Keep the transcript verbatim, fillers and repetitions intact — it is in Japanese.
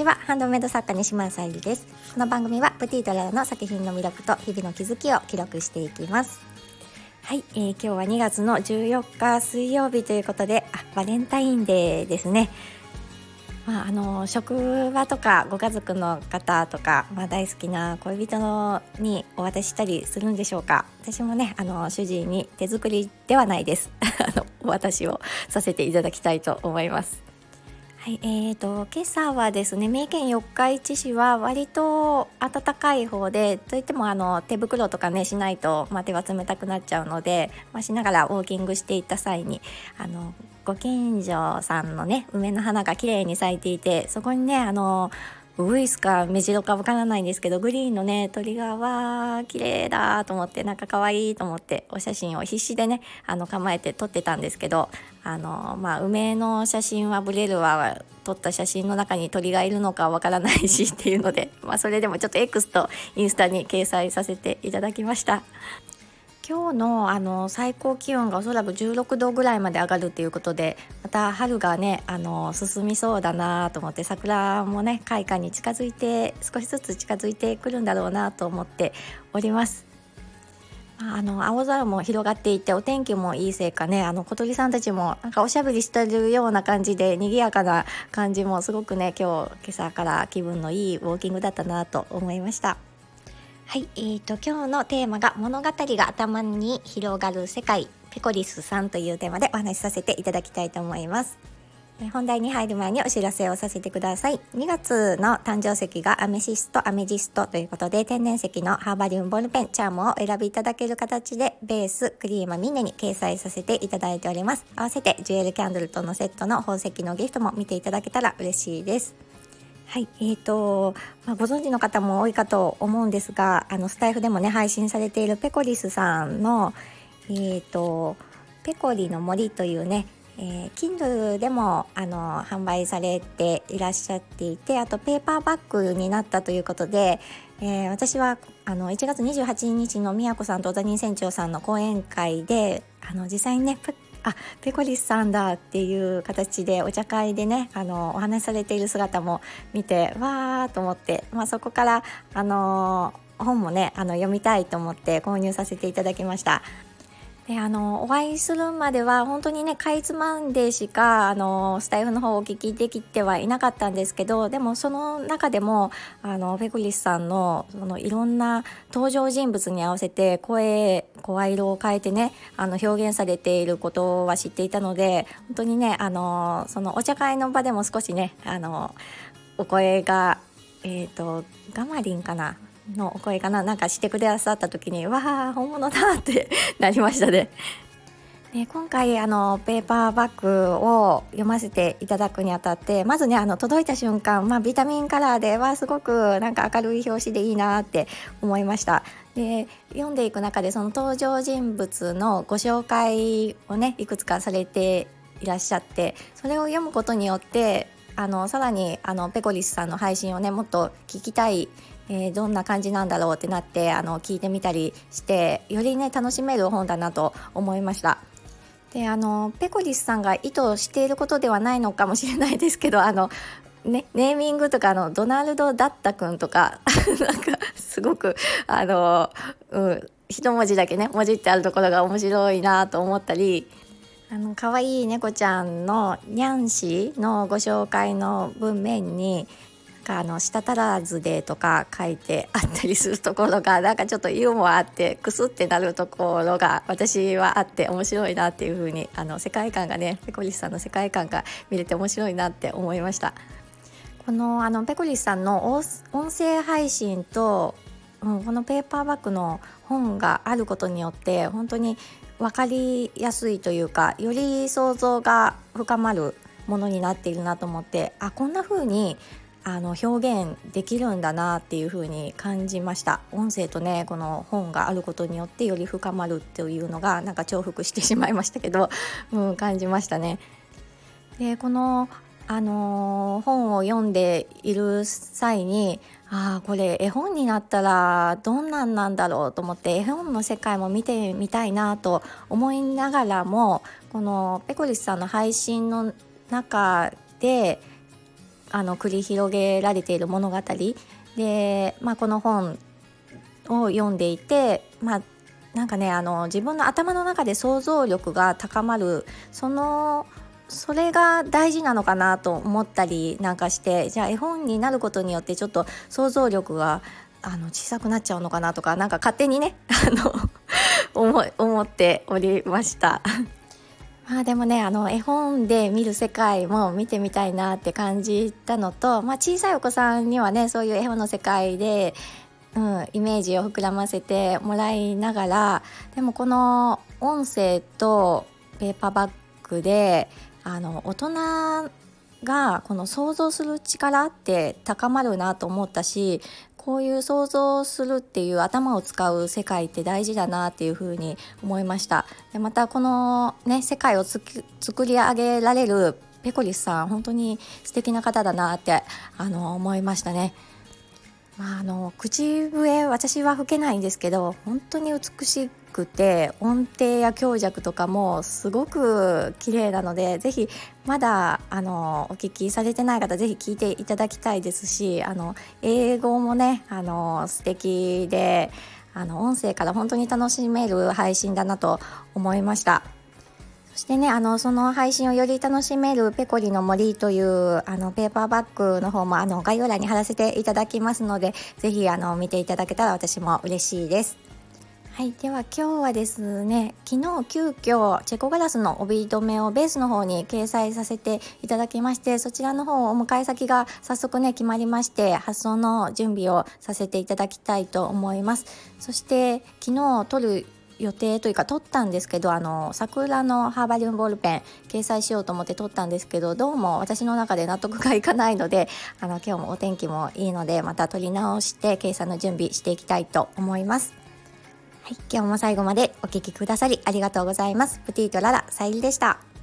は。ハンドメイド作家西村さゆりです。この番組はプティドラの作品の魅力と日々の気づきを記録していきます。はい、えー、今日はにがつのじゅうよっか水曜日ということで、あバレンタインデーですね。まあ、あの職場とかご家族の方とか、まあ、大好きな恋人のにお渡ししたりするんでしょうか。私もね、あの主人に手作りではないですあのお渡しをさせていただきたいと思います。はい、えーと今朝はですね、三重県四日市市は割と暖かい方で、といってもあの手袋とかねしないと、まあ、手は冷たくなっちゃうので、まあ、しながらウォーキングしていった際にあのご近所さんのね梅の花が綺麗に咲いていて、そこにねあのウイスかメジロかわからないんですけど、グリーンのね鳥がわー綺麗だと思って、なんか可愛いと思ってお写真を必死でねあの構えて撮ってたんですけど、あのまあ梅の写真はブレるわ、撮った写真の中に鳥がいるのかわからないしっていうので、まあ、それでもちょっと X とインスタに掲載させていただきました。今日の、あの最高気温がおそらくじゅうろくどぐらいまで上がるということで、また春がねあの進みそうだなと思って、桜もね開花に近づいて少しずつ近づいてくるんだろうなと思っております。あの青空も広がっていて、お天気もいいせいかね、あの小鳥さんたちもなんかおしゃべりしてるような感じで賑やかな感じもすごくね、今日今朝から気分のいいウォーキングだったなと思いました。はい、えーと今日のテーマが物語が頭に広がる世界、ペコリスさんというテーマでお話しさせていただきたいと思います。本題に入る前にお知らせをさせてください。にがつの誕生石がアメシスト、アメジストということで、天然石のハーバリウムボールペン、チャームを選びいただける形でベース、クリーム、ミネに掲載させていただいております。合わせてジュエルキャンドルとのセットの宝石のギフトも見ていただけたら嬉しいです。はい、えーとまあ、ご存知の方も多いかと思うんですが、あのスタイフでもね配信されているペコリスさんの、えーとペコリの森というね、えー、Kindle でもあの販売されていらっしゃっていて、あとペーパーバッグになったということで、えー、私はあのいちがつにじゅうはちにちのみやこさんと小谷船長さんの講演会であの実際にねあペコリスさんだっていう形でお茶会でねあのお話しされている姿も見てわーと思って、まあ、そこからあの本もねあの読みたいと思って購入させていただきました。であのお会いするまでは本当にねかいつまんでしかあのスタイフの方をお聞きできてはいなかったんですけど、でもその中でもあのペコリスさんのそのいろんな登場人物に合わせて声声色を変えてねあの表現されていることは知っていたので、本当にねあのそのお茶会の場でも少しねあのお声がえっとガマリンかなのお声かななんかしてくださった時にわー本物だってなりましたね。で今回あのペーパーバッグを読ませていただくにあたって、まずねあの届いた瞬間、まあ、ビタミンカラーではすごくなんか明るい表紙でいいなって思いました。で読んでいく中でその登場人物のご紹介をねいくつかされていらっしゃって、それを読むことによってあのさらにあのペコリスさんの配信をねもっと聞きたい、えー、どんな感じなんだろうってなってあの聞いてみたりして、よりね楽しめる本だなと思いました。であのペコリスさんが意図していることではないのかもしれないですけど、あの、ね、ネーミングとかのドナルド・ダッタ君とかなんかすごくあの、うん、一文字だけね文字ってあるところが面白いなと思ったり、あの可愛い猫ちゃんのニャンシーのご紹介の文面にあの舌足らずでとか書いてあったりするところがなんかちょっとユーモアあってクスってなるところが私はあって面白いなっていう風に、あの世界観がねペコリスさんの世界観が見れて面白いなって思いました。このあのペコリスさんの音声配信と、うん、このペーパーバッグの本があることによって本当に分かりやすいというか、より想像が深まるものになっているなと思って、あこんな風にあの表現できるんだなっていう風に感じました。音声とねこの本があることによってより深まるっていうのがなんか重複してしまいましたけど、うん、感じましたね。でこの、あのー本を読んでいる際にあこれ絵本になったらどんなんなんだろうと思って、絵本の世界も見てみたいなと思いながらも、このペコリスさんの配信の中であの繰り広げられている物語で、まあ、この本を読んでいて、まあなんかね、あの自分の頭の中で想像力が高まる、そのそれが大事なのかなと思ったりなんかして、じゃあ絵本になることによってちょっと想像力があの小さくなっちゃうのかなとか、なんか勝手にねあの思思っておりましたまあでもね、あの絵本で見る世界も見てみたいなって感じたのと、まあ、小さいお子さんにはねそういう絵本の世界で、うん、イメージを膨らませてもらいながら、でもこの音声とペーパーバッグであの大人がこの想像する力って高まるなと思ったし、こういう想像するっていう頭を使う世界って大事だなっていうふうに思いました。でまたこのね世界をつく作り上げられるペコリスさん、本当に素敵な方だなってあの思いましたね。まあ、あの口笛私は吹けないんですけど、本当に美しくて音程や強弱とかもすごく綺麗なので、ぜひまだあのお聞きされてない方ぜひ聞いていただきたいですし、あの英語もねあの素敵で、あの音声から本当に楽しめる配信だなと思いました。そしてね、あのその配信をより楽しめるペコリの森というあのペーパーバッグの方もあの概要欄に貼らせていただきますので、ぜひあの見ていただけたら私も嬉しいです。はい、では今日はですね、昨日急遽チェコガラスの帯留めをベースの方に掲載させていただきまして、そちらの方お迎え先が早速ね決まりまして、発送の準備をさせていただきたいと思います。そして昨日撮る予定というか撮ったんですけど、あの桜のハーバリウムボールペン掲載しようと思って撮ったんですけど、どうも私の中で納得がいかないので、あの今日もお天気もいいのでまた撮り直して掲載の準備していきたいと思います。はい、今日も最後までお聞きくださりありがとうございます。プティとララさゆりでした。